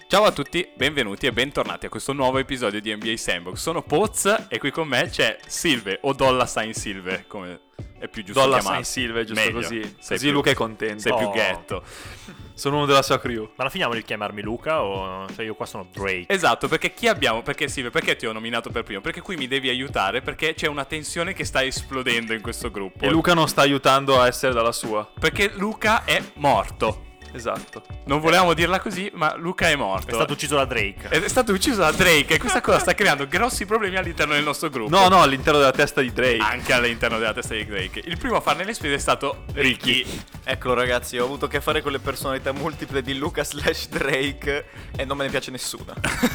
Ciao a tutti, benvenuti e bentornati a questo nuovo episodio di NBA Sandbox. Sono Poz e qui con me c'è Silve o Dolla Sign Silve, come è più giusto Dolla chiamarlo. Sign Silve, giusto. Meglio. Così Più, Luca è contento. Sei più ghetto. Sono uno della sua crew. Ma la finiamo di chiamarmi Luca o... Cioè io qua sono Drake. Esatto, perché chi abbiamo? Perché Silve, perché ti ho nominato per primo? Perché qui mi devi aiutare, perché c'è una tensione che sta esplodendo in questo gruppo. E Luca non sta aiutando a essere dalla sua. Perché Luca è morto. Esatto. Non volevamo dirla così, ma Luca è morto. È stato ucciso da Drake. È stato ucciso da Drake e questa cosa sta creando grossi problemi all'interno del nostro gruppo. No, all'interno della testa di Drake. Anche all'interno della testa di Drake. Il primo a farne le spese è stato Ricky. Eccolo ragazzi, ho avuto a che fare con le personalità multiple di Luca / Drake e non me ne piace nessuna.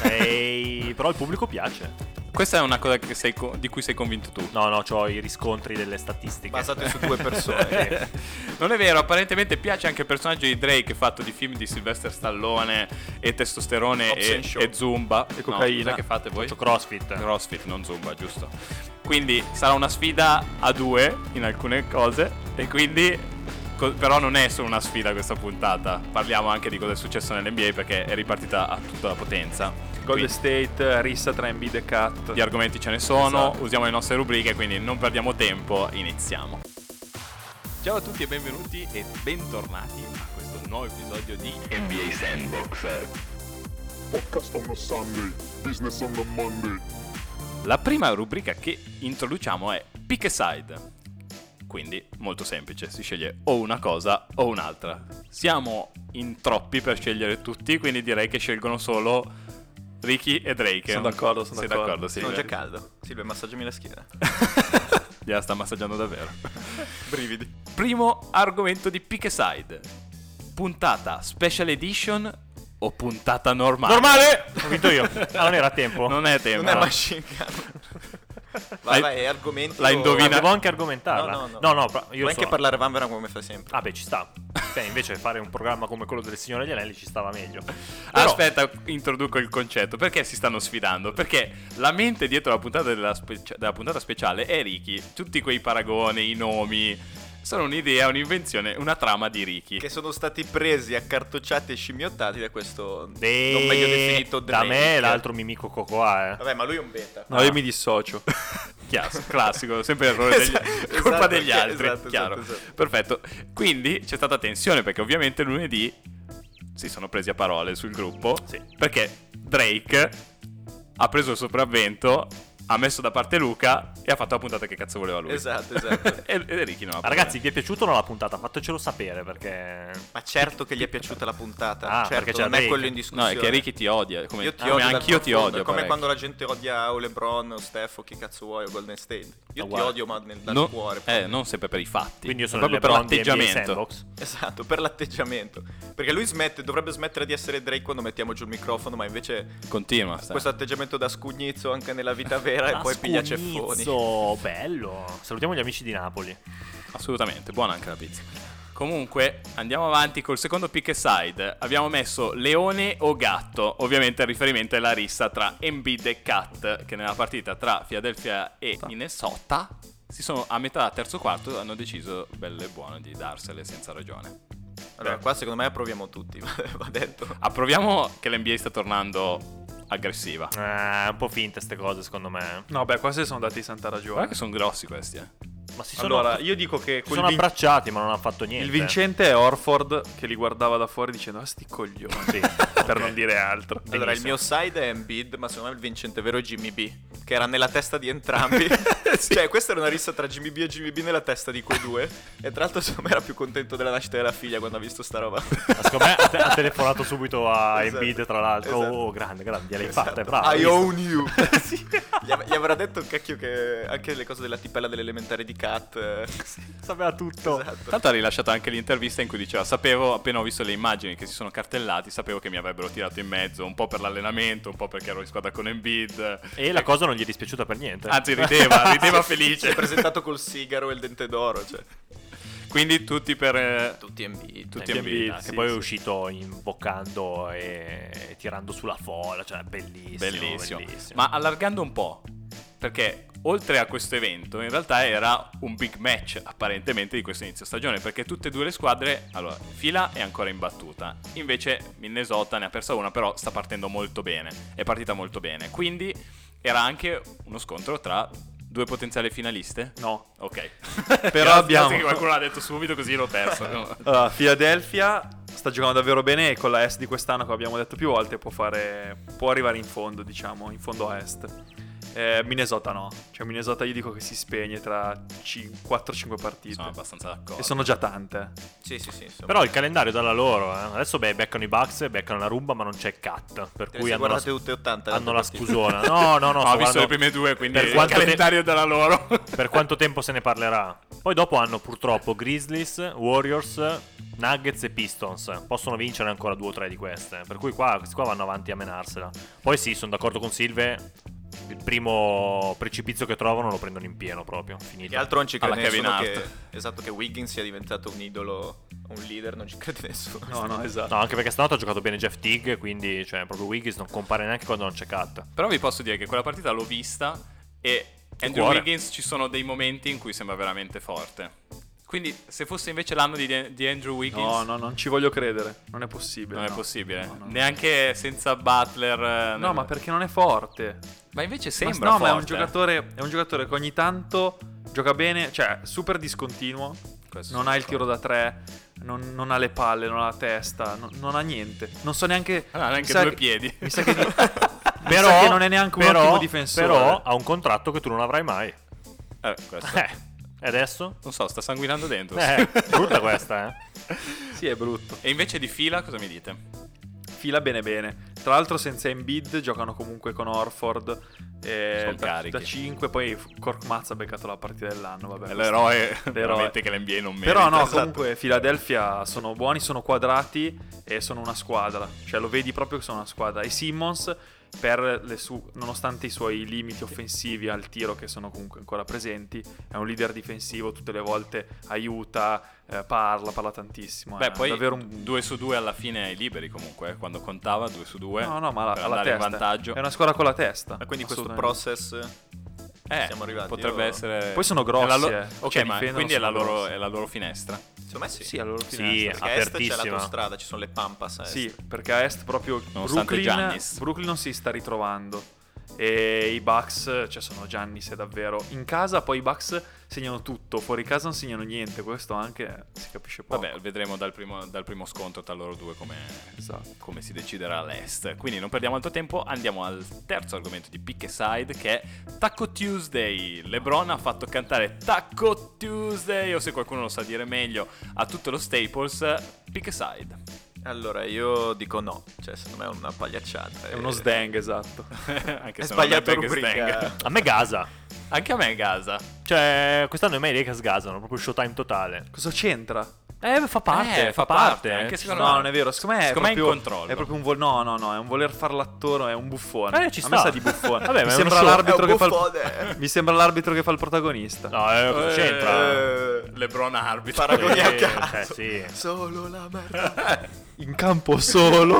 Però al pubblico piace. Questa è una cosa che di cui sei convinto tu. No, c'ho i riscontri delle statistiche. Basate su due persone. Non è vero, apparentemente piace anche il personaggio di Drake fatto di film di Sylvester Stallone e testosterone e Zumba. E cocaina. No, che fate voi? Faccio CrossFit. CrossFit, non Zumba, giusto. Quindi sarà una sfida a due in alcune cose e quindi... Però non è solo una sfida questa puntata. Parliamo anche di cosa è successo nell'NBA perché è ripartita a tutta la potenza. Golden State, rissa tra Embiid e Cat. Gli argomenti ce ne sono, Esatto. Usiamo le nostre rubriche, quindi non perdiamo tempo, iniziamo. Ciao a tutti e benvenuti e bentornati a questo nuovo episodio di NBA Sandbox. Podcast on a Sunday, business on a Monday. La prima rubrica che introduciamo è Pick a Side. Quindi molto semplice, si sceglie o una cosa o un'altra. Siamo in troppi per scegliere tutti, quindi direi che scelgono solo Ricky e Drake. Sono d'accordo, Sei d'accordo, sì. Sono già caldo. Silvia, massaggiami la schiena. Gliela sta massaggiando davvero. Brividi. Primo argomento di Pick a Side. Puntata Special Edition o puntata normale? Normale! Ho vinto io. Non era tempo. Non è tempo. Non è machine gun. Vai, argomenti. la indovina- Devo anche argomentarla. No. Io Puoi so... anche parlare vanvera come fai sempre. Ah beh, ci sta. Invece fare un programma come quello del Signore degli Anelli ci stava meglio. Però... Aspetta, introduco il concetto. Perché si stanno sfidando? Perché la mente dietro la puntata della puntata speciale è Ricky. Tutti quei paragoni, i nomi sono un'idea, un'invenzione, una trama di Ricky. Che sono stati presi, accartocciati e scimmiottati da questo non meglio definito Drake. Da me l'altro mimico Cocoa, Vabbè, ma lui è un beta. No, io mi dissocio. Classico, sempre errore colpa degli altri. Esatto. Chiaro. Perfetto. Quindi c'è stata tensione perché ovviamente lunedì si sono presi a parole sul gruppo. Sì. Perché Drake ha preso il sopravvento, ha messo da parte Luca e ha fatto la puntata che cazzo voleva lui. Esatto. E Ricky non ha Ma ragazzi, vi è piaciuto o no la puntata? Fatecelo sapere perché... Ma certo che gli è piaciuta la puntata. Ah, certo, perché c'è non è Drake. quello in No, discussione. è che Ricky ti odia. Come, Io ti come odio dal anch'io ti profondo. odio. È come parecchio. quando la gente odia o LeBron o Steph o chi cazzo vuoi o Golden State. Io ti Guarda. odio ma dal cuore. Non sempre per i fatti. Quindi io sono proprio per LeBron di NBA l'atteggiamento. Sandbox. Esatto, per l'atteggiamento. Perché lui dovrebbe smettere di essere Drake quando mettiamo giù il microfono, ma invece Continua. questo atteggiamento da scugnizzo anche nella vita vera e poi piglia ceffoni. Bello. Salutiamo gli amici di Napoli. Assolutamente, buona anche la pizza. Comunque, andiamo avanti col secondo pick a side. Abbiamo messo leone o gatto. Ovviamente il riferimento è la rissa tra Embiid e Cat, che nella partita tra Philadelphia e Minnesota si sono a metà terzo quarto hanno deciso, bello e buono, di darsele senza ragione. Allora, qua secondo me approviamo tutti, va detto. Approviamo che l'NBA sta tornando aggressiva. Un po' finte ste cose, secondo me. No, beh, quasi sono dati santa ragione. Guarda che sono grossi questi, Ma si sono, Allora, io dico che si sono abbracciati, ma non hanno fatto niente. il vincente è Horford che li guardava da fuori dicendo "Ah, sti coglioni", Sì. per non dire altro. Allora, il mio side è Embiid, ma secondo me il vincente vero è Jimmy B, che era nella testa di entrambi. Cioè, questa era una rissa tra Jimmy B e Jimmy B nella testa di quei due. E tra l'altro, secondo me era più contento della nascita della figlia quando ha visto sta roba. Ma secondo me ha telefonato subito a Esatto. Embiid, tra l'altro. Esatto. Oh, grande, gliel'hai fatta, è bravo. I hai visto? own you. Gli avrà detto cacchio che anche le cose della tipella dell'elementare di Kat. Sapeva tutto. Esatto. Tanto ha rilasciato anche l'intervista in cui diceva: sapevo, appena ho visto le immagini che si sono cartellati, sapevo che mi avrebbero tirato in mezzo, un po' per l'allenamento, un po' perché ero in squadra con Embiid. E la cosa non gli è dispiaciuta per niente. Anzi, rideva Si è felice. presentato col sigaro e il dente d'oro, cioè. Quindi tutti per Tutti Embiid. tutti Embiid, Embiid, che sì, poi è sì. uscito imboccando e tirando sulla folla, cioè bellissimo. Bellissimo. Bellissimo. Ma allargando un po', perché oltre a questo evento, in realtà era un big match apparentemente di questo inizio stagione, perché tutte e due le squadre, allora, Fila è ancora imbattuta, invece Minnesota ne ha persa una, però sta partendo molto bene, è partita molto bene, quindi era anche uno scontro tra due potenziali finaliste? No. Ok. Però abbiamo... Che qualcuno l'ha detto subito, così l'ho perso. Allora, Philadelphia sta giocando davvero bene e con la Est di quest'anno, che abbiamo detto più volte, può arrivare in fondo, diciamo, in fondo a Est. Minnesota no. Cioè Minnesota io dico che si spegne tra 4-5 partite. Sono abbastanza d'accordo. E sono già tante. Sì, insomma. Però il calendario dalla loro, Adesso beccano i Bucks, beccano la Rumba, ma non c'è Cat. Per Te cui le hanno guardate tutte 80. hanno la partite. scusona. No, ho visto le prime due, quindi per il quanto calendario dalla loro. Per quanto tempo se ne parlerà? Poi dopo hanno purtroppo Grizzlies, Warriors, Nuggets e Pistons. Possono vincere ancora 2 o 3 di queste. Per cui questi qua vanno avanti a menarsela. Poi sì, sono d'accordo con Silve. Il primo precipizio che trovano lo prendono in pieno proprio. Finito. Che altro non ci Alla crede nessuno Kevin che, esatto, che Wiggins sia diventato un idolo, un leader, non ci crede nessuno. No, esatto. No, anche perché stanotte ha giocato bene Jeff Teague, quindi cioè proprio Wiggins non compare neanche quando non c'è Cat. Però vi posso dire che quella partita l'ho vista e Andrew cuore. Wiggins ci sono dei momenti in cui sembra veramente forte. Quindi se fosse invece l'anno di Andrew Wiggins... No, non ci voglio credere. Non è possibile. Non è no. possibile. No. Neanche senza Butler. No, ma perché non è forte. Ma invece Ma sembra no, forte. ma è un giocatore che ogni tanto gioca bene, cioè super discontinuo. Questo Non sono ha il tiro da 3, non ha le palle, non ha la testa, non ha niente. Non so neanche... Ah, neanche mi sa due che- piedi. Mi sa che, mi Però, sa che non è neanche un ottimo difensore. Però ha un contratto che tu non avrai mai. Questo. E adesso? Non so, sta sanguinando dentro. Brutta questa, Sì, è brutto. E invece di Fila cosa mi dite? Fila bene. Tra l'altro senza Embiid giocano comunque con Horford Sono carichi. da 5. Poi Korkmaz ha beccato la partita dell'anno. Vabbè, È l'eroe veramente che l'NBA non merita. Però no, esatto. comunque Philadelphia sono buoni, sono quadrati e sono una squadra. Cioè lo vedi proprio che sono una squadra. E Simmons, nonostante i suoi limiti offensivi al tiro che sono comunque ancora presenti, è un leader difensivo, tutte le volte aiuta, parla tantissimo. Beh, è poi davvero 2 su 2 alla fine ai liberi comunque, quando contava 2 su 2 No, ma per alla andare in testa. vantaggio. È una squadra con la testa. Ma quindi questo assolutamente. process siamo arrivati. Potrebbe Io- essere. Poi sono grossi, È la lo- Ok, cioè, ma difendono, quindi è sono la loro finestra. Secondo me sì. Sì, allora Sì, Perché a est c'è apertissima. l'autostrada, ci sono le Pampas a est. Sì, perché a est proprio Nonostante Giannis. Brooklyn non si sta ritrovando. E i Bucks, cioè sono Giannis è davvero. In casa poi i Bucks segnano tutto, fuori casa non segnano niente. Questo anche si capisce poco. Vabbè, vedremo dal primo scontro tra loro due Esatto. come si deciderà all'est. Quindi non perdiamo altro tempo, andiamo al terzo argomento di Pick a Side, che è Taco Tuesday. LeBron ha fatto cantare Taco Tuesday, o se qualcuno lo sa dire meglio, a tutto lo Staples. Pick a Side. Allora io dico no, cioè secondo me è una pagliacciata. È uno sdang, esatto. Anche È se non sbagliato Back rubrica. Stang. A me gasa. Anche a me Gaza. Cioè, quest'anno i miei Lakers gasano, proprio showtime totale. Cosa c'entra? Fa parte, fa parte, anche secondo No, me. non è vero. Secondo me è Secondo me è in proprio, controllo. È proprio un no, è un voler far l'attore, è un buffone. Ci A sta. me sa di buffone. Vabbè, ma mi è sembra uno show. l'arbitro È un che fa buffone. mi sembra l'arbitro che fa il protagonista. No, cosa c'entra? LeBron arbitro. Paragoni a Sì, caso. sì. Solo la merda. In campo solo.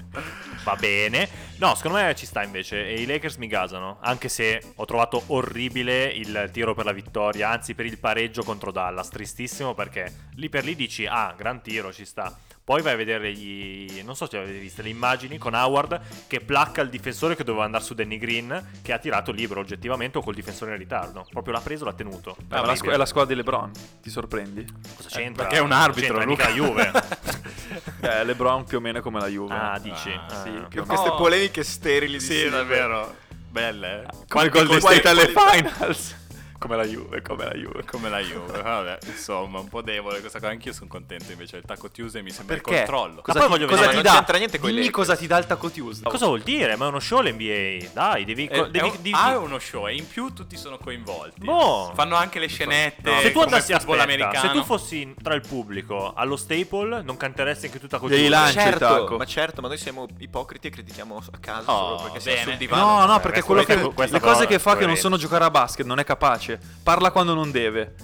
Va bene. No, secondo me ci sta invece. E i Lakers mi gasano. Anche se ho trovato orribile il tiro per la vittoria. Anzi, per il pareggio contro Dallas. Tristissimo perché lì per lì dici: ah, gran tiro, ci sta. Poi vai a vedere non so se avete visto le immagini con Howard che placca il difensore che doveva andare su Danny Green, che ha tirato libero oggettivamente o col difensore in ritardo. Proprio l'ha preso, l'ha tenuto. È la squadra di LeBron. Ti sorprendi? Cosa c'entra? perché è un arbitro, Cosa c'entra? Luca. Mica la Juve. LeBron più o meno come la Juve. Ah, dici? sì, Ah. più o meno. Queste polemiche sterili di Sì, Silver. davvero. Belle. Come Quanti Golden colpi- State alle quali- finals. Come la Juve. Come la Juve. Vabbè, insomma, un po' debole questa cosa. Anch'io sono contento invece. Il Taco Tuesday mi sembra Perché? il controllo. Cosa, poi ti, voglio cosa vedere- ti non dà? c'entra niente coi Dimmi Lakers. cosa ti dà il Taco Tuesday. Cosa vuol dire? Ma è uno show l'NBA. Dai, devi. È uno show e in più tutti sono coinvolti. Boh. Fanno anche le scenette. Se tu come andassi a football americano. se tu fossi tra il pubblico allo Staple, non canteresti anche tutta Glieli così. lanci il taco. ma noi siamo ipocriti e critichiamo a caso Oh, solo perché siamo bene. sul divano. No, perché quello questa che, questa le cose parola che fa che non coerente. sono giocare a basket, non è capace. Parla quando non deve.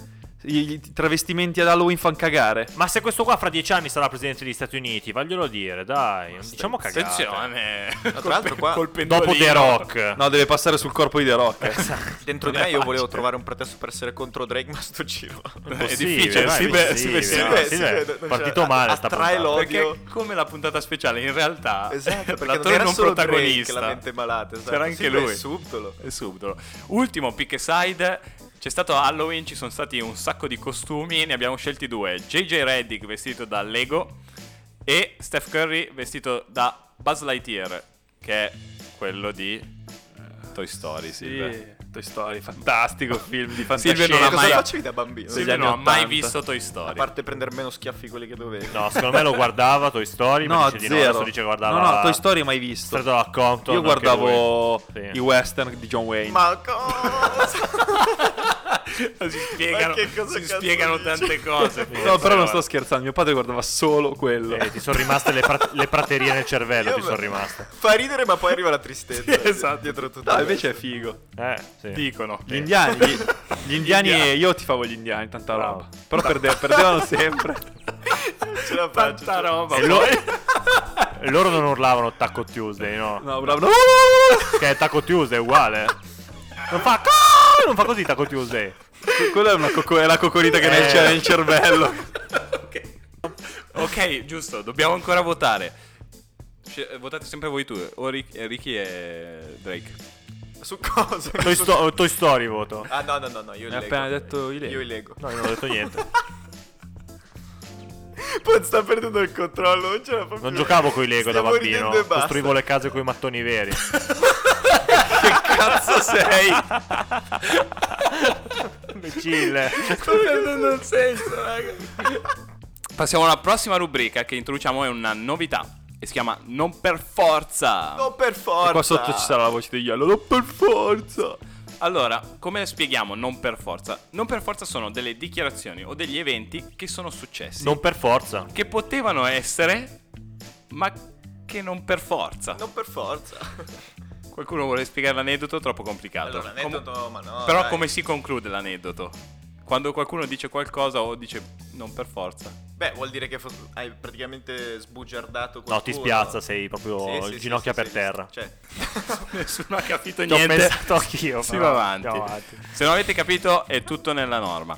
I travestimenti ad Halloween fan cagare. Ma se questo qua fra 10 anni sarà presidente degli Stati Uniti, vaglielo dire, dai, non diciamo cagate. Attenzione. Tra l'altro qua col Dopo pendolino. The Rock. No, deve passare sul corpo di The Rock. dentro di me io volevo trovare un pretesto per essere contro Drake, ma sto giro È difficile, dai, si impossibile, vede, no, partito male sta attrae puntata. l'odio. Perché come la puntata speciale in realtà Esatto, perché l'attore non era solo Drake protagonista la mente malata, esatto. c'era anche Sì, lui. è subdolo. È subdolo. Ultimo pick a side. C'è stato Halloween, ci sono stati un sacco di costumi, ne abbiamo scelti 2. JJ Reddick vestito da Lego e Steph Curry vestito da Buzz Lightyear, che è quello di Toy Story, Silve. Toy Story, fantastico film di Silvio non fantascienza. ha Cosa mai- facevi da bambino? Sì. Silvio degli non ha anni mai 80. visto Toy A Story. parte prendere meno schiaffi quelli che dovevi. No, secondo me lo guardava Toy Story, ma No, dice di no, zero. adesso dice che guardava No, Toy Story mai visto. Stretto da Compton. Io anche guardavo lui. Sì. i western di John Wayne. Ma cosa? Si spiegano, Ma che cosa si cazzo spiegano dici? tante cose. No, però non sto scherzando, mio padre guardava solo quello. Ti sono rimaste le praterie nel cervello, ti sono rimaste. Fa ridere, ma poi arriva la tristezza. esatto. Dietro tutto. No, il invece è resto. figo. Sì. Dicono. Gli indiani, gli indiani, io tifavo gli indiani, tanta Bravo. roba. Però perdevano sempre. Non ce la faccio. Tanta roba. E loro non urlavano Taco Tuesday, no? No, bravo. Che è Taco Tuesday, è uguale. Non fa così Taco Tuesday. Quella è la coccolita che c'è nel cervello. Ok, giusto, dobbiamo ancora votare. Votate sempre voi tu, o Ricky e Drake. Su cosa? Toy Story voto. Ah, no, io Hai appena detto i Lego. Io i Lego. No, io non ho detto niente. Poi sta perdendo il controllo, non ce la fa più. Non giocavo coi Lego da Stiamo bambino. ridendo e basta. Costruivo le case coi mattoni veri. Cazzo sei? Imbecille. Sto perdendo il senso, raga. Passiamo alla prossima rubrica che introduciamo, è una novità e si chiama Non per forza. No, per forza. E qua sotto ci sarà la voce di Yellow. No, per forza. Allora, come spieghiamo non per forza? Non per forza sono delle dichiarazioni o degli eventi che sono successi, Non per forza. che potevano essere, ma che non per forza. Non per forza. Qualcuno vuole spiegare l'aneddoto? Troppo complicato. Allora, l'aneddoto, ma no. Però dai. come si conclude l'aneddoto? Quando qualcuno dice qualcosa o dice non per forza. Beh, vuol dire che hai praticamente sbugiardato qualcuno. No, ti spiazza, sei proprio Sì, sì, ginocchia sì, per sì, terra. Cioè, Nessuno ha capito Ci ho niente. pensato anch'io. Si però va avanti. andiamo avanti. Se non avete capito è tutto nella norma.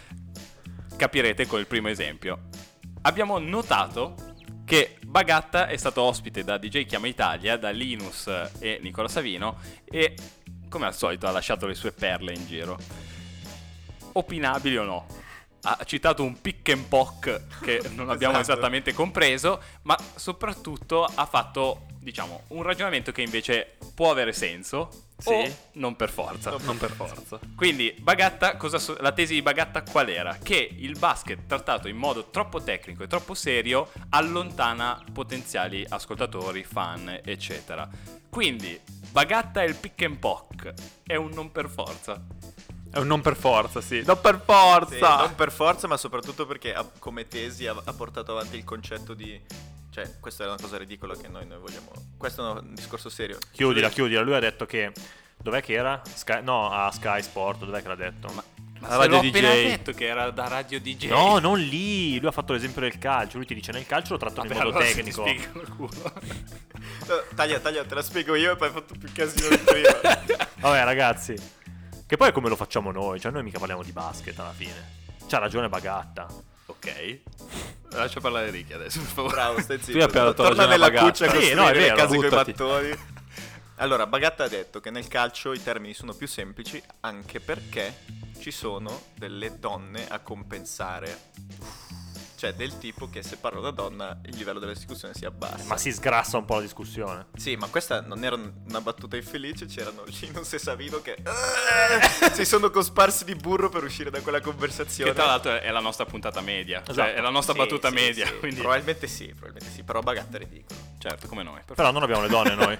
Capirete col primo esempio. Abbiamo notato che Bagatta è stato ospite da DJ Chiama Italia, da Linus e Nicola Savino, e come al solito ha lasciato le sue perle in giro. Opinabili o no? Ha citato un pick and pock che non abbiamo Esatto. esattamente compreso, ma soprattutto ha fatto, diciamo, un ragionamento che invece può avere senso o non per forza. Non per forza. Quindi Bagatta, la tesi di Bagatta qual era? Che il basket trattato in modo troppo tecnico e troppo serio allontana potenziali ascoltatori, fan, eccetera. Quindi Bagatta e il pick and pock è un non per forza. È un non per forza, sì. Non per forza. sì, non per forza, ma soprattutto perché come tesi ha portato avanti il concetto di... Cioè, questa è una cosa ridicola che noi vogliamo... Questo è un discorso serio. Chiudila. Lui ha detto che... Dov'è che era? A Sky Sport, dov'è che l'ha detto? Ma La se l'ho radio appena DJ. detto che era da radio DJ. No, non lì. Lui ha fatto l'esempio del calcio. Lui ti dice nel calcio lo trattano Vabbè, in modo allora tecnico. Se ti spiegano il culo. No, taglia, te la spiego io e poi hai fatto più casino di prima. Vabbè, ragazzi. Che poi è come lo facciamo noi. Cioè, noi mica parliamo di basket alla fine. C'ha ragione Bagatta. Ok. Lascia parlare Ricky adesso, per favore. Bravo, stai Tu zitto. hai appena dato Torna ragione a nella Bagatta. cuccia a Sì, costruire no, è vero, le case coi buttati. mattoni. Allora, Bagatta ha detto che nel calcio i termini sono più semplici anche perché ci sono delle donne a compensare. Cioè, del tipo che se parlo da donna il livello della discussione si abbassa. Ma si sgrassa un po' la discussione. Sì, ma questa non era una battuta infelice, c'erano Linus e Savino che si sono cosparsi di burro per uscire da quella conversazione. Che tra l'altro è la nostra puntata media. Cioè, Esatto. è la nostra Sì, battuta sì, media. sì. Quindi, Probabilmente sì, però Bagatta è ridicolo. certo, come noi. Però non abbiamo le donne noi.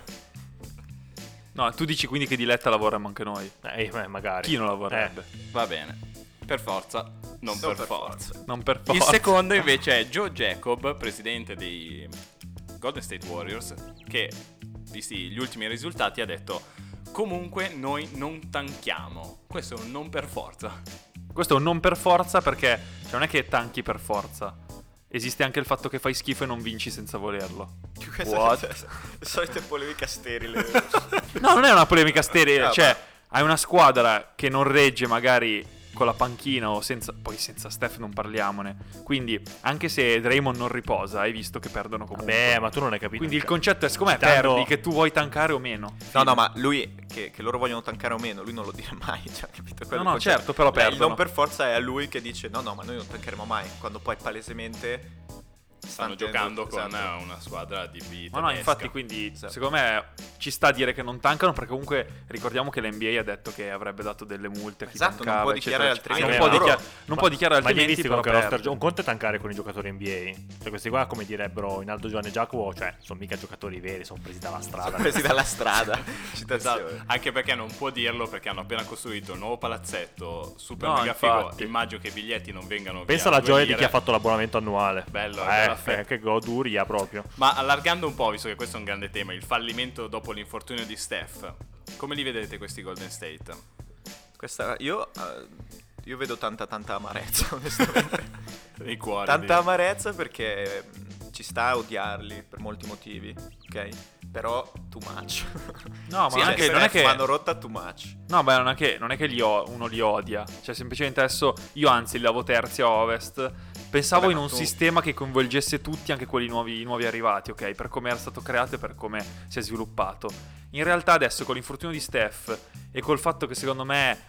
No, tu dici quindi che di Letta lavoriamo anche noi. Magari. Chi non lavorerebbe? Va bene. Per forza, non per forza. Non per Il forza. secondo invece è Joe Jacob, presidente dei Golden State Warriors, che, visti gli ultimi risultati, ha detto: comunque noi non tanchiamo. Questo è un non per forza. Questo è un non per forza, perché non è che tanchi per forza. Esiste anche il fatto che fai schifo e non vinci senza volerlo. Le solite polemiche sterile. No, non è una polemica sterile. Ah, cioè, hai una squadra che non regge magari con la panchina o senza. Poi senza Steph non parliamone. Quindi, anche se Draymond non riposa, hai visto che perdono comunque. Beh, ma tu non hai capito. Quindi il concetto è, siccome Citando- perdi, che tu vuoi tankare o meno. No, ma lui, che loro vogliono tankare o meno, lui non lo dirà mai, cioè, capito? Quello No, è il concetto. certo, però Il perdono. non per forza è a lui che dice no, ma noi non tankeremo mai, quando poi palesemente Stanno giocando con esatto. una squadra di B Ma no, tedesca. infatti, quindi Esatto. secondo me ci sta a dire che non tankano, perché comunque ricordiamo che l'NBA ha detto che avrebbe dato delle multe a chi Esatto, non tankava, può eccetera, dichiarare eccetera. altrimenti. Non può, Loro- non può dichiarare Ma li hai altrimenti, visti però comunque roster perde. un conto è tankare con i giocatori NBA. Cioè questi qua, come direbbero Inaldo, Giovanni e Giacomo, cioè sono mica giocatori veri, sono presi dalla strada. presi dalla strada. Esatto, Citazione. anche perché non può dirlo, perché hanno appena costruito un nuovo palazzetto super No, mega figo. infatti. Immagino che i biglietti non vengano Pensa via alla gioia di due chi ha lire. fatto l'abbonamento annuale. Bello, bella festa. che goduria proprio. Ma allargando un po', visto che questo è un grande tema, il fallimento dopo l'infortunio di Steph, come li vedete questi Golden State? Io vedo tanta amarezza, onestamente. Nei cuori. Tanta amarezza perché ci sta a odiarli per molti motivi, ok? Però too much. No, ma Sì, non è che, non è che vanno rotta too much. no, beh, non è che uno li odia. Cioè, semplicemente adesso io anzi li davo terzi a Ovest. Pensavo Vabbè, in ma un tu- sistema che coinvolgesse tutti, anche quelli nuovi arrivati, ok? Per come era stato creato e per come si è sviluppato. In realtà adesso con l'infortunio di Steph e col fatto che secondo me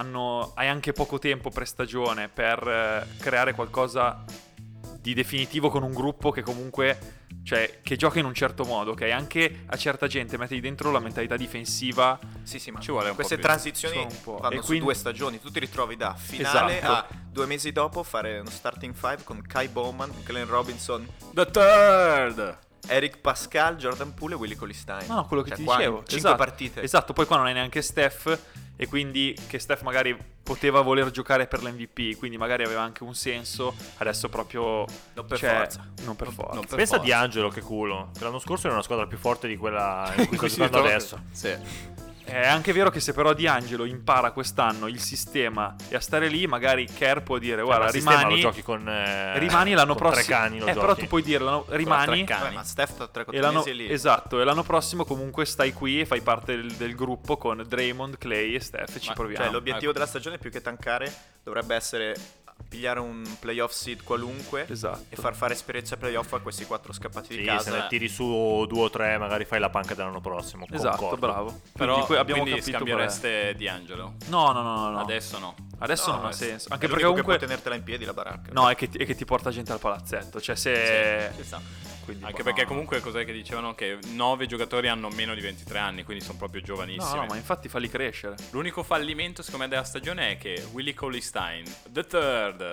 hai anche poco tempo pre-stagione per creare qualcosa di definitivo con un gruppo che comunque, cioè, che gioca in un certo modo, ok? Anche a certa gente metti dentro la mentalità difensiva. Sì, ma Ci vuole un queste po' più. transizioni Sono un po'. vanno E su quindi- 2 stagioni. Tu ti ritrovi da finale Esatto. a 2 mesi dopo fare uno starting 5 con Kai Bowman, Glenn Robinson, The Third! Eric Pascal, Jordan Poole e Willie Cauley-Stein. No, quello che Cioè, ti qua in dicevo. 5 esatto. partite. Esatto, poi qua non hai neanche Steph. E quindi che Steph magari poteva voler giocare per l'MVP, quindi magari aveva anche un senso. Adesso proprio Non per cioè, forza. non per forza. non per Pensa a forza. D'Angelo, che culo. Che l'anno scorso era una squadra più forte di quella in cui sta si giocando ritrova- adesso. Sì. È anche vero che se però D'Angelo impara quest'anno il sistema e a stare lì, magari Kerr può dire guarda, Ma il sistema rimani, lo giochi con rimani l'anno con prossimo. tre cani, lo giochi. Però tu puoi dire rimani tre cani. Vabbè, ma Steph tra 3-4 e l'anno, mesi è lì. esatto, e l'anno prossimo comunque stai qui e fai parte del gruppo con Draymond, Clay e Steph e ci Ma- proviamo. Cioè, l'obiettivo Ecco. della stagione più che tankare dovrebbe essere pigliare un playoff seed qualunque Esatto. e far fare esperienza playoff a questi 4 scappati Sì, di se casa. ne tiri su 2 o 3, magari fai la panca dell'anno prossimo. Esatto, concordo. bravo. Però Quindi abbiamo quindi capito qual è. scambiereste D'Angelo? No. Adesso no. Adesso No, non ha è- senso. è Anche l'unico perché che comunque può tenertela in piedi la baracca. no, è che ti porta gente al palazzetto. Cioè se Ci sta. quindi, Anche boh, perché no. comunque cos'è che dicevano? Che 9 giocatori hanno meno di 23 anni, quindi sono proprio giovanissimi. No, ma infatti falli crescere. L'unico fallimento secondo me della stagione è che Willie Cauley-Stein, The Third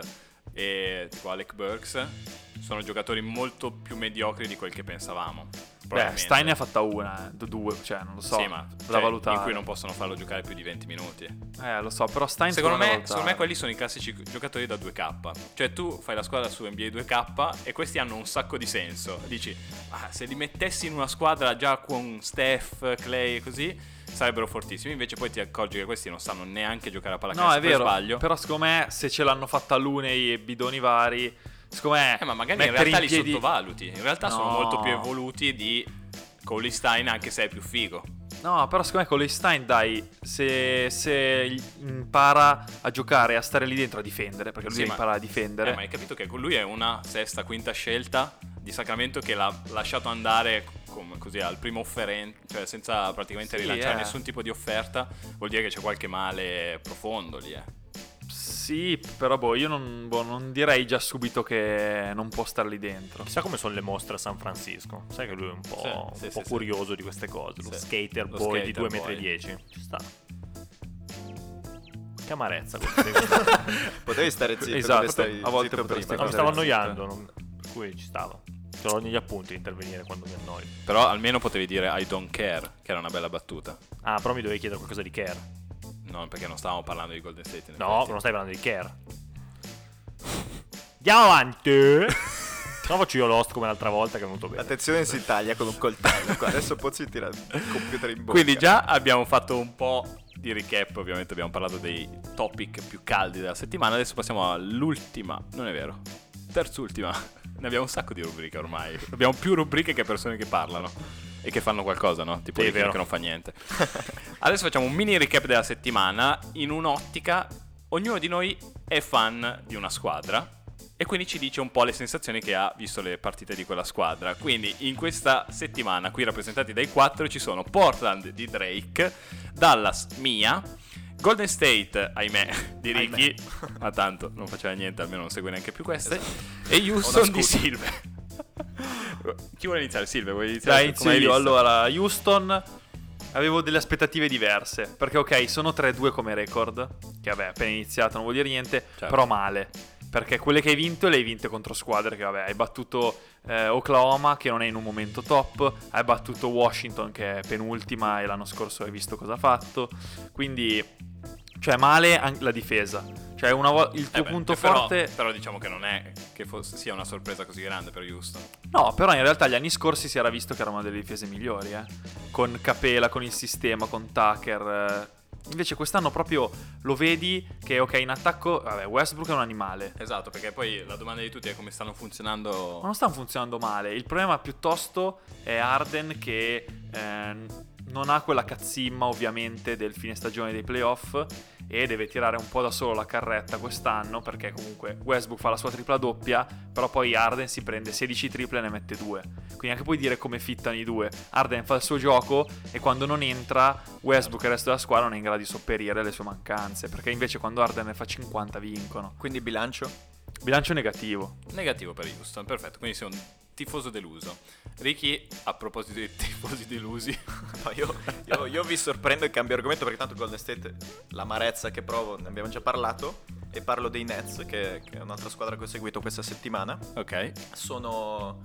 e tipo Alec Burks sono giocatori molto più mediocri di quel che pensavamo. Beh, probabilmente. Stein ne ha fatta una, due, cioè non lo so. Sì, ma da cioè, valutare. in cui non possono farlo giocare più di 20 minuti. Lo so, però Stein Secondo da me, valutare. secondo me quelli sono i classici giocatori da 2K. Cioè tu fai la squadra su NBA 2K e questi hanno un sacco di senso. Dici, se li mettessi in una squadra già con Steph, Clay e così, sarebbero fortissimi. Invece poi ti accorgi che questi non sanno neanche giocare a No, pallacanestro è per vero. sbaglio. Però secondo me se ce l'hanno fatta Lunei e bidoni vari, secondo me Ma magari in mettere realtà li piedi- sottovaluti. In realtà sono No. molto più evoluti di Cauley-Stein, anche se è più figo. No, però secondo me con Stein, dai, se impara a giocare e a stare lì dentro a difendere, perché lui Sì, impara a difendere. Ma hai capito che con lui è una sesta, quinta scelta di Sacramento che l'ha lasciato andare come così al primo offerente, cioè senza praticamente Sì, rilanciare nessun tipo di offerta. Vuol dire che c'è qualche male profondo lì, Sì, però io non direi già subito che non può stare lì dentro. Chissà come sono le mostre a San Francisco. Sai che lui è un po', Sì, un sì, po' sì, curioso di queste cose. Lo Sì. skater Lo boy di skater 2,10 m. Ci sta. Che amarezza. Potevi stare zitto, Esatto, come stavi a volte zitto potresti prima. No, mi stavo annoiando. Per cui ci stavo. Ce l'ho negli appunti di intervenire quando mi annoio. Però almeno potevi dire I don't care, che era una bella battuta. Ah, però mi dovevi chiedere qualcosa di care. No, perché non stavamo parlando di Golden State. in No, effetti. non stai parlando di care. Andiamo avanti. No, faccio io l'host come l'altra volta che è venuto bene. Attenzione, si taglia con un coltello. Qua. Adesso Pozzi tira il computer in bocca. Quindi già abbiamo fatto un po' di recap. Ovviamente abbiamo parlato dei topic più caldi della settimana. Adesso passiamo all'ultima, non è vero, terz'ultima. Ne abbiamo un sacco di rubriche ormai. Abbiamo più rubriche che persone che parlano e che fanno qualcosa, no? Tipo Sì, Ricky vero. che non fa niente. Adesso facciamo un mini recap della settimana in un'ottica. Ognuno di noi è fan di una squadra e quindi ci dice un po' le sensazioni che ha visto le partite di quella squadra. Quindi in questa settimana, qui rappresentati dai 4, ci sono Portland di Drake, Dallas mia, Golden State, ahimè, di Ricky, ma tanto non faceva niente, almeno non segue neanche più queste, e Houston di Silve. Chi vuole iniziare? Silve, vuoi iniziare? Dai, inizio Come hai io. visto? Allora, Houston avevo delle aspettative diverse, perché ok, sono 3-2 come record, che vabbè, appena iniziato non vuol dire niente, Certo. però male, perché quelle che hai vinto le hai vinte contro squadre che vabbè, hai battuto Oklahoma che non è in un momento top, hai battuto Washington che è penultima e l'anno scorso hai visto cosa ha fatto, quindi cioè male anche la difesa, cioè il tuo punto forte. Però diciamo che non è che sia una sorpresa così grande per Houston. No, però in realtà gli anni scorsi si era visto che erano delle difese migliori, con Capela, con il sistema, con Tucker. Invece quest'anno proprio lo vedi che ok, in attacco, vabbè, Westbrook è un animale. Esatto, perché poi la domanda di tutti è come stanno funzionando. Ma non stanno funzionando male. Il problema piuttosto è Harden che non ha quella cazzimma ovviamente del fine stagione dei playoff e deve tirare un po' da solo la carretta quest'anno, perché comunque Westbrook fa la sua tripla doppia, però poi Harden si prende 16 triple e ne mette 2. Quindi anche puoi dire come fittano i due. Harden fa il suo gioco e quando non entra Westbrook e il resto della squadra non è in grado di sopperire le sue mancanze, perché invece quando Harden ne fa 50 vincono. Quindi bilancio? Bilancio negativo. Negativo per Houston, perfetto, quindi sei un tifoso deluso. Ricky, a proposito di tifosi delusi, No, io vi sorprendo e cambio argomento perché tanto Golden State, l'amarezza che provo, ne abbiamo già parlato, e parlo dei Nets, che è un'altra squadra che ho seguito questa settimana. ok, Sono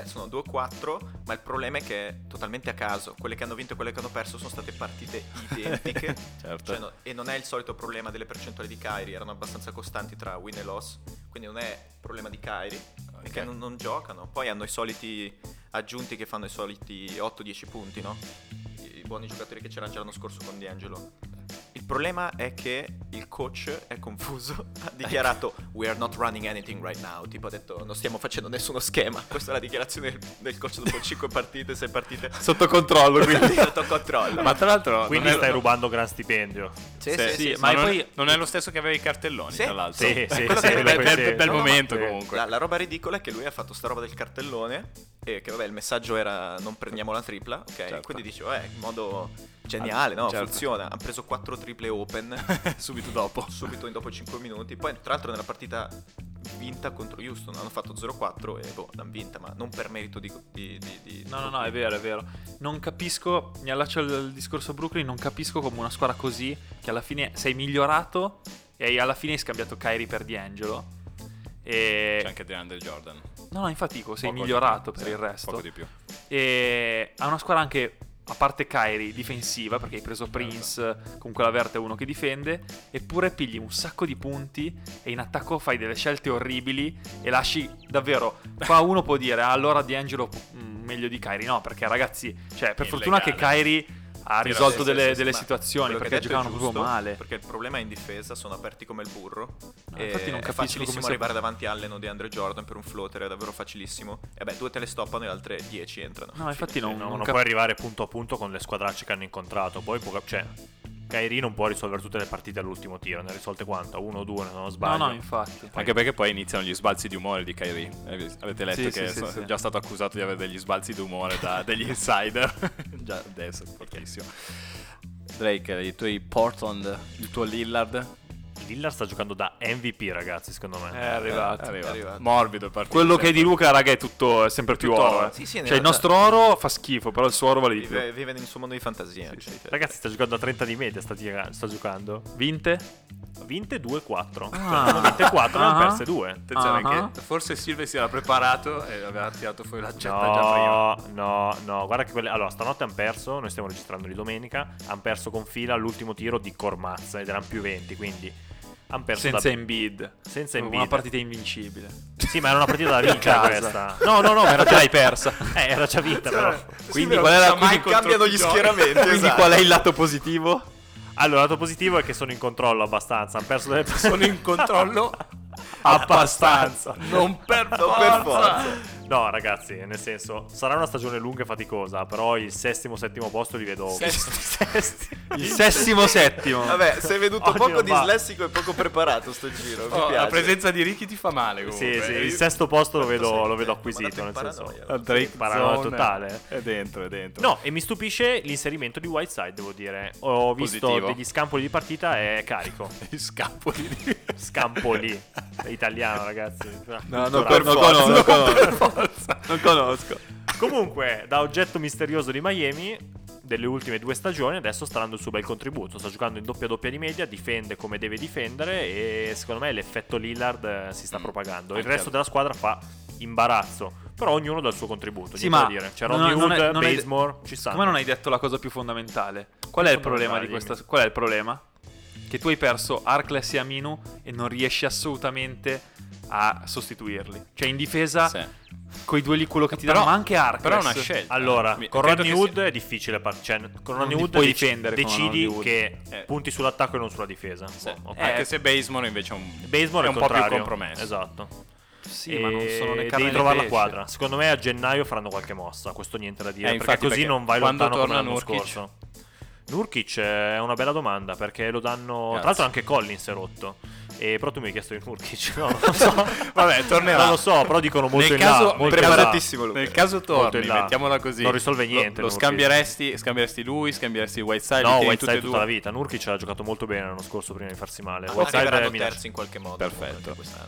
2-4, ma il problema è che è totalmente a caso. Quelle che hanno vinto e quelle che hanno perso sono state partite identiche. certo. Cioè, e non è il solito problema delle percentuali di Kyrie, erano abbastanza costanti tra win e loss, quindi non è problema di Kyrie, è che non giocano. Poi hanno i soliti aggiunti che fanno i soliti 8-10 punti, no? I buoni giocatori che c'erano già l'anno scorso con D'Angelo. Il problema è che il coach è confuso, ha dichiarato "We are not running anything right now", tipo ha detto "non stiamo facendo nessuno schema". Questa è la dichiarazione del coach dopo 5 partite, 6 partite. Sotto controllo, quindi. Sotto controllo. Ma tra l'altro Quindi non è- stai rubando gran stipendio. Sì, ma non, poi è, non è lo stesso che aveva i cartelloni, Sì. tra l'altro. Sì, sì, quello sì, che- quello bel, sì. bel No, no, momento ma- comunque. La roba ridicola è che lui ha fatto sta roba del cartellone e che vabbè il messaggio era "non prendiamo la tripla", ok? Certo. Quindi dice in modo geniale, no? Certo. Funziona. Hanno preso 4 triple open Subito dopo. subito dopo 5 minuti. Poi tra l'altro nella partita vinta contro Houston hanno fatto 0-4 e l'hanno vinta, ma non per merito di No, è vero, è vero. Non capisco, mi allaccio al discorso Brooklyn, non capisco come una squadra così, che alla fine sei migliorato e alla fine hai scambiato Kyrie per D'Angelo. E... C'è anche DeAndre Jordan. No, infatti dico, sei Poco migliorato di più, per sì, il resto. Poco di più. E ha una squadra anche, a parte Kyrie, difensiva, perché hai preso Prince, comunque la Verte è uno che difende, eppure pigli un sacco di punti e in attacco fai delle scelte orribili e lasci davvero. Qua uno può dire, allora D'Angelo meglio di Kyrie. No, perché ragazzi, cioè, per fortuna che Kyrie ha risolto delle ma situazioni, quello che perché hai detto è giocavano proprio giusto, male. Perché il problema è in difesa, sono aperti come il burro. No, infatti non è capisco facilissimo come arrivare davanti a Allen o DeAndre Jordan per un floater, è davvero facilissimo. E beh, 2 te le stoppano e le altre 10 entrano. No, infatti non Non cap- puoi arrivare punto a punto con le squadracce che hanno incontrato. Poi cioè, Kyrie non può risolvere tutte le partite all'ultimo tiro. Ne ha risolte quanto? 1 o 2, se non No, sbaglio. no, infatti. Anche perché poi iniziano gli sbalzi di umore di Kyrie. Avete letto Sì, che sì, sì. è già stato accusato di avere degli sbalzi di umore da degli insider. Già adesso, fortissimo. Drake, i tuoi Portland, il tuo Lillard Lillard sta giocando da MVP, ragazzi, secondo me. È arrivato. è arrivato. morbido il partito. Quello che è di Luca, raga, è tutto, è sempre più tutto oro. oro. Sì, sì, in Cioè, il realtà- nostro oro fa schifo, però il suo oro vale di più. Vive nel suo mondo di fantasia. Cioè, Ragazzi, sta giocando a 30 di media, sta giocando. Vinte? Vinte 2-4. Ah. Sono vinte 4, ne Ah. hanno perse 2. Attenzione Ah. che forse Silve si era preparato e aveva tirato fuori l'accetta già prima. No, guarda che quelle. Allora, stanotte hanno perso. Noi stiamo registrando di domenica. Hanno perso con fila l'ultimo tiro di Kormaz ed erano più 20. Quindi hanno perso Senza da. Embiid. Senza Una Embiid. partita invincibile. Sì, ma era una partita da vincere casa. questa. No, ma era già l'hai persa. Era già vinta, però. Quindi Silve qual è non la sa mai quindi contro cambiano chi gli gioca. schieramenti. quindi esatto. qual è il lato positivo? Allora, il lato positivo è che sono in controllo abbastanza. Hanno perso delle Sono in controllo abbastanza. non per Non per forza. forza. No, ragazzi, nel senso, sarà una stagione lunga e faticosa, però il settimo posto li vedo sesti. Il settimo. Vabbè, sei venuto Oggi poco non va. dislessico e poco preparato sto giro. Mi Oh, piace. la presenza di Ricky ti fa male comunque. Sì, il sesto posto lo vedo Mandato acquisito, in nel senso. paranoia. La Drake Paranoia zone totale. È dentro. No, e mi stupisce l'inserimento di Whiteside, devo dire. Ho visto Positivo. degli scampoli di partita e carico. Gli scappoli di... Scampoli. È italiano, ragazzi. No, Culturale. non conosco. Comunque, da oggetto misterioso di Miami, delle ultime 2 stagioni, adesso sta dando il suo bel contributo. Sta giocando in doppia di media, difende come deve difendere e secondo me l'effetto Lillard si sta propagando. Il Anche resto della squadra fa imbarazzo, però ognuno dà il suo contributo. Sì, niente ma da dire. C'è non- Rodney non è- Hood, non è- Bazemore, ci stanno. Come non hai detto la cosa più fondamentale? Qual è il problema di fondamentale, questa? Qual è il problema? Che tu hai perso Arkless e Aminu e non riesci assolutamente a sostituirli. Cioè in difesa Sì. coi due lì quello che ti Però- danno, ma anche Arkless. Però è una scelta. Allora, Mi- con credo Rodney che Hood sia- è difficile cioè, con Non Rodney ti Hood puoi difendere con decidi Rodney Hood. che punti sull'attacco e non sulla difesa. Sì. Ok. Anche se Bazemore invece è un, Bazemore è è un po' più contrario. compromesso. Esatto. Sì, ma non sono né carne devi né trovare la pesce. quadra. Secondo me a gennaio faranno qualche mossa. Questo niente da dire. Perché infatti, così perché non vai quando lontano come torna l'anno Nurkic? scorso. Nurkic è una bella domanda perché lo danno. Grazie. Tra l'altro anche Collins è rotto. Però tu mi hai chiesto di Nurkic. No, non lo so. Vabbè, tornerà. Non lo so, però dicono molto Nel in caso- là. molto in là. preparatissimo Luca. Nel caso Molto torni, in là. mettiamola così. Non risolve niente, Lo Nurkic. scambieresti lui, scambieresti Whiteside. li No, tieni Whiteside tutti e tutta la due. vita. Nurkic ha giocato molto bene l'anno scorso prima di farsi male. Ma Whiteside arriveranno è minaccia- terzi in qualche modo. Perfetto. comunque, quest'anno.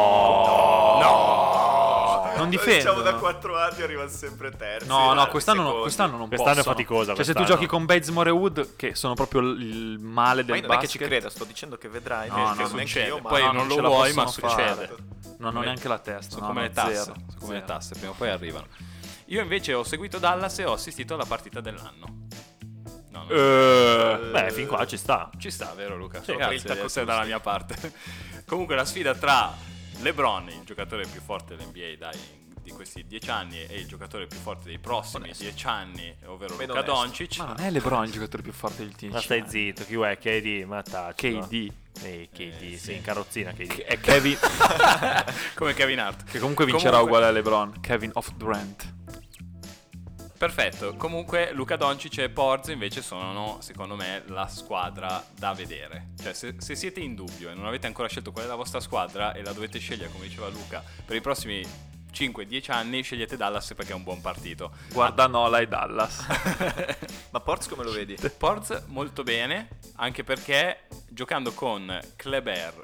Non Lo diciamo difendono. da 4 anni arriva sempre terzi. No, altri quest'anno, secondi. quest'anno non Quest'anno è possono. faticosa, Cioè se tu quest'anno. giochi con Bazemore e Wood, che sono proprio il male Ma del io non è che basket. ci creda, sto dicendo che vedrai. No, che no, non non è che succede. io, ma Poi no, non ce lo la vuoi, ma possono fare. succede. Non ho neanche la testa. Sono no, come no, le tasse. zero, Sono come zero. le tasse, prima o poi arrivano. Io invece ho seguito Dallas e ho assistito alla partita dell'anno. No, no. Beh, fin qua ci sta. Ci sta, vero Luca? Sì, il Grazie tacco di essere giusto. dalla mia parte. Comunque la sfida tra LeBron, il giocatore più forte dell'NBA di questi 10 anni, e il giocatore più forte dei prossimi 10 anni, ovvero Vedo Luka onesto. Doncic. Ma non è LeBron il giocatore più forte del team. Ma stai zitto, chi è? KD, ma taci. KD. KD, sì, in carrozzina KD. È Kevin, Come Kevin Hart. che comunque vincerà uguale a LeBron. Kevin of Durant. Perfetto, comunque Luka Doncic e Porz invece sono, secondo me, la squadra da vedere. Cioè, se siete in dubbio e non avete ancora scelto qual è la vostra squadra e la dovete scegliere, come diceva Luca, per i prossimi 5-10 anni, scegliete Dallas perché è un buon partito. Guarda Nola e Dallas. Ma Porz come lo vedi? Porz molto bene, anche perché giocando con Kleber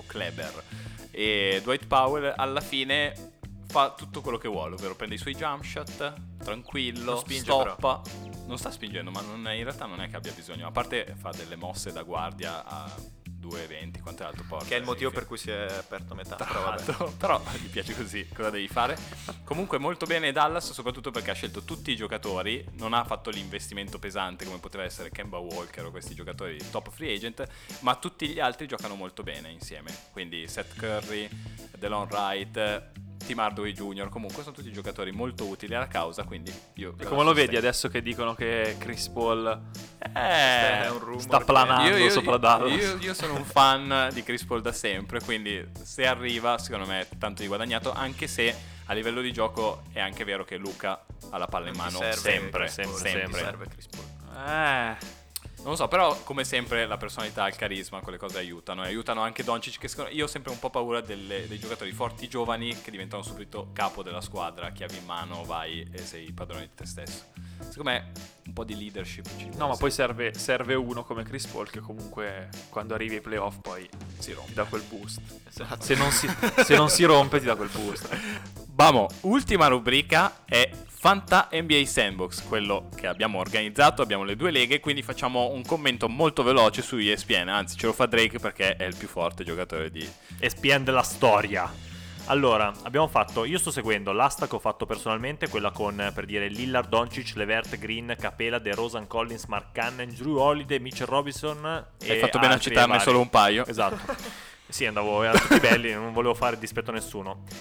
e Dwight Powell alla fine fa tutto quello che vuole, ovvero prende i suoi jump shot, tranquillo, Non spinge, stoppa. Non sta spingendo, ma in realtà non è che abbia bisogno. A parte fa delle mosse da guardia a 2,20, quanto è alto Porz? Che è il motivo per cui si è aperto a metà. Però vabbè. Però gli piace così, cosa devi fare? Comunque molto bene Dallas, soprattutto perché ha scelto tutti i giocatori, non ha fatto l'investimento pesante come poteva essere Kemba Walker o questi giocatori top free agent, ma tutti gli altri giocano molto bene insieme. Quindi Seth Curry, DeLon Wright, Tim Hardaway Jr., comunque sono tutti giocatori molto utili alla causa, quindi io... E come lo vedi adesso che dicono che Chris Paul È un rumor sta che- planando sopra Dallas? io sono un fan di Chris Paul da sempre, quindi se arriva secondo me è tanto di guadagnato, anche se a livello di gioco è anche vero che Luca ha la palla in Non ti mano serve sempre. Chris Paul, non ti serve Chris Paul. Non lo so, però come sempre la personalità e il carisma, quelle cose aiutano. E aiutano anche Doncic, che io ho sempre un po' paura dei giocatori forti giovani che diventano subito capo della squadra, chiavi in mano, vai e sei padrone di te stesso. Secondo me un po' di leadership ci No, ma poi serve uno come Chris Paul che comunque quando arrivi ai playoff poi si rompe. ti dà quel boost. Esatto. Se non si rompe ti dà quel boost. Vamo, ultima rubrica è Fanta NBA Sandbox, quello che abbiamo organizzato, abbiamo le due leghe, quindi facciamo un commento molto veloce su ESPN, anzi ce lo fa Drake perché è il più forte giocatore di... ESPN della storia. Allora, abbiamo fatto, io sto seguendo l'asta che ho fatto personalmente, quella con, per dire, Lillard, Doncic, Levert, Green, Capela, DeRozan, Collins, Mark Cannon, Drew Holiday, Mitchell Robinson. Hai fatto bene a altri citarne vari. solo un paio. Esatto. Sì, erano tutti belli, non volevo fare dispetto a nessuno.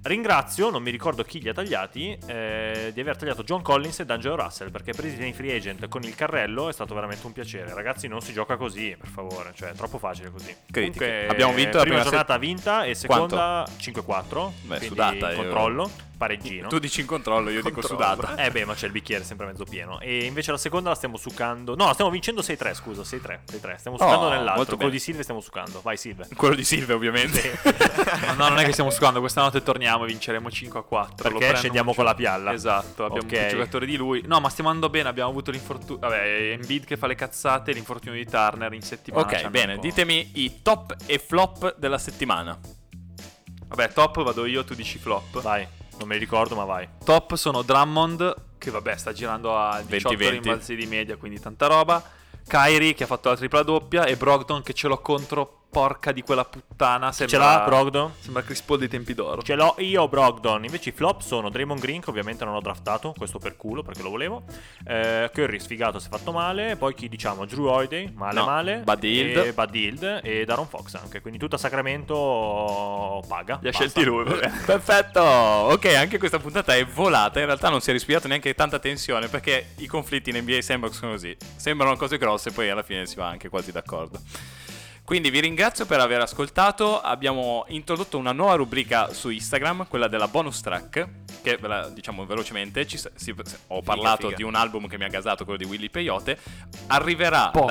ringrazio, non mi ricordo chi li ha tagliati, di aver tagliato John Collins e D'Angelo Russell, perché presi nei free agent con il carrello è stato veramente un piacere. Ragazzi, non si gioca così, per favore, cioè è troppo facile così. Critiche. Comunque, Abbiamo vinto la prima prima giornata vinta e seconda 5-4. Beh, quindi sudata, io- controllo, pareggino. Tu dici in controllo, io dico sudata. Beh, ma c'è il bicchiere sempre mezzo pieno. E invece la seconda la stiamo succando. No, la stiamo vincendo 6-3, scusa, 6-3. Stiamo succando nell'altro. molto Quello bene. di Silve stiamo succando. Vai Silve. Quello di Silve, ovviamente. No, non è che stiamo succando, questa notte torniamo e vinceremo 5-4. Perché scendiamo con la pialla. Esatto, abbiamo Ok. un giocatore di lui. No, ma stiamo andando bene, abbiamo avuto l'infortunio. Vabbè, Embiid che fa le cazzate, l'infortunio di Turner in settimana. ci Ok, hanno bene, un po'. ditemi i top e flop della settimana. Vabbè, top vado io, tu dici flop. Vai. Non me li ricordo, ma vai. Top sono Drummond, che vabbè sta girando a 18 20-20. rimbalzi di media, quindi tanta roba. Kyrie che ha fatto la tripla doppia e Brogdon che ce l'ho contro, porca di quella puttana. Ce l'ha Brogdon? Sembra Chris Paul dei tempi d'oro. Ce l'ho io Brogdon. Invece i flop sono Draymond Green, che ovviamente non ho draftato, questo per culo perché lo volevo. Curry sfigato, si è fatto male. Poi chi diciamo? Drew Holiday, male. Buddy Hield. E Buddy Hield e Darren Fox anche. Quindi tutta Sacramento paga. Li ha Basta. scelti lui, vabbè. Perfetto. Ok, anche questa puntata è volata. In realtà non si è respirato neanche tanta tensione, perché i conflitti in NBA sembrano così. Sembrano cose grosse, poi alla fine si va anche quasi d'accordo. Quindi vi ringrazio per aver ascoltato. Abbiamo introdotto una nuova rubrica su Instagram, quella della bonus track, che ve la diciamo velocemente. Ho parlato figa. di un album che mi ha gasato, quello di Willy Peyote. Arriverà Porco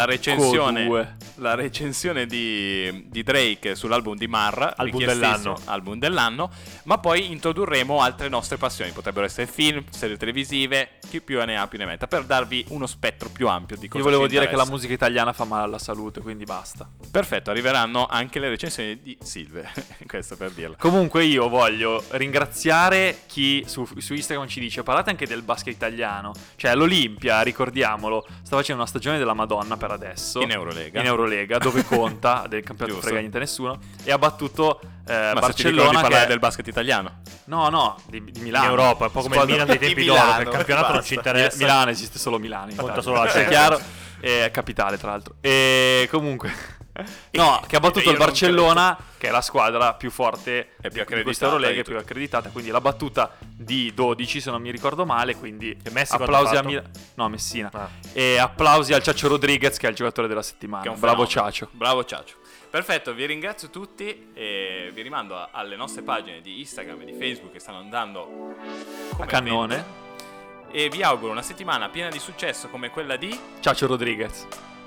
la due. recensione di Drake sull'album di Marra, Album richiestissimo, dell'anno. album dell'anno. Ma poi introdurremo altre nostre passioni. Potrebbero essere film, serie televisive, chi più ne ha più ne metta, per darvi uno spettro più ampio di cosa Io volevo ci dire che la interessa. musica italiana fa male alla salute, quindi basta. Perfetto, arriveranno anche le recensioni di Silve. Questo per dirlo. Comunque io voglio ringraziare chi su Instagram ci dice: parlate anche del basket italiano. Cioè l'Olimpia, ricordiamolo, sta facendo una stagione della Madonna per adesso In Eurolega. In Eurolega, dove conta del campionato Giusto. frega niente a nessuno. E ha battuto Ma se ti ricordi di Barcellona parlare che del basket italiano. No, di Milano. In Europa, è un po' come il Squadra- Milan dei tempi di d'oro, Milano, che il campionato non ci basta. interessa. Milano esiste solo Milano in Conta Italia. solo la È Champions. chiaro? È capitale tra l'altro. E comunque no, che ha battuto Io il non Barcellona, che è la squadra più forte È più di accreditata questa Eurolega, di è più tutte. accreditata, quindi la battuta di 12 se non mi ricordo male, quindi E Messi quanto applausi ha a fatto? Milano. No, Messina. Ah. E applausi al Ciaccio Rodriguez che è il giocatore della settimana. Che è un Bravo fenomeno. Ciaccio. Bravo Ciaccio. Perfetto, vi ringrazio tutti e vi rimando alle nostre pagine di Instagram e di Facebook che stanno andando come A cannone. vento. E vi auguro una settimana piena di successo come quella di Ciaccio Rodriguez.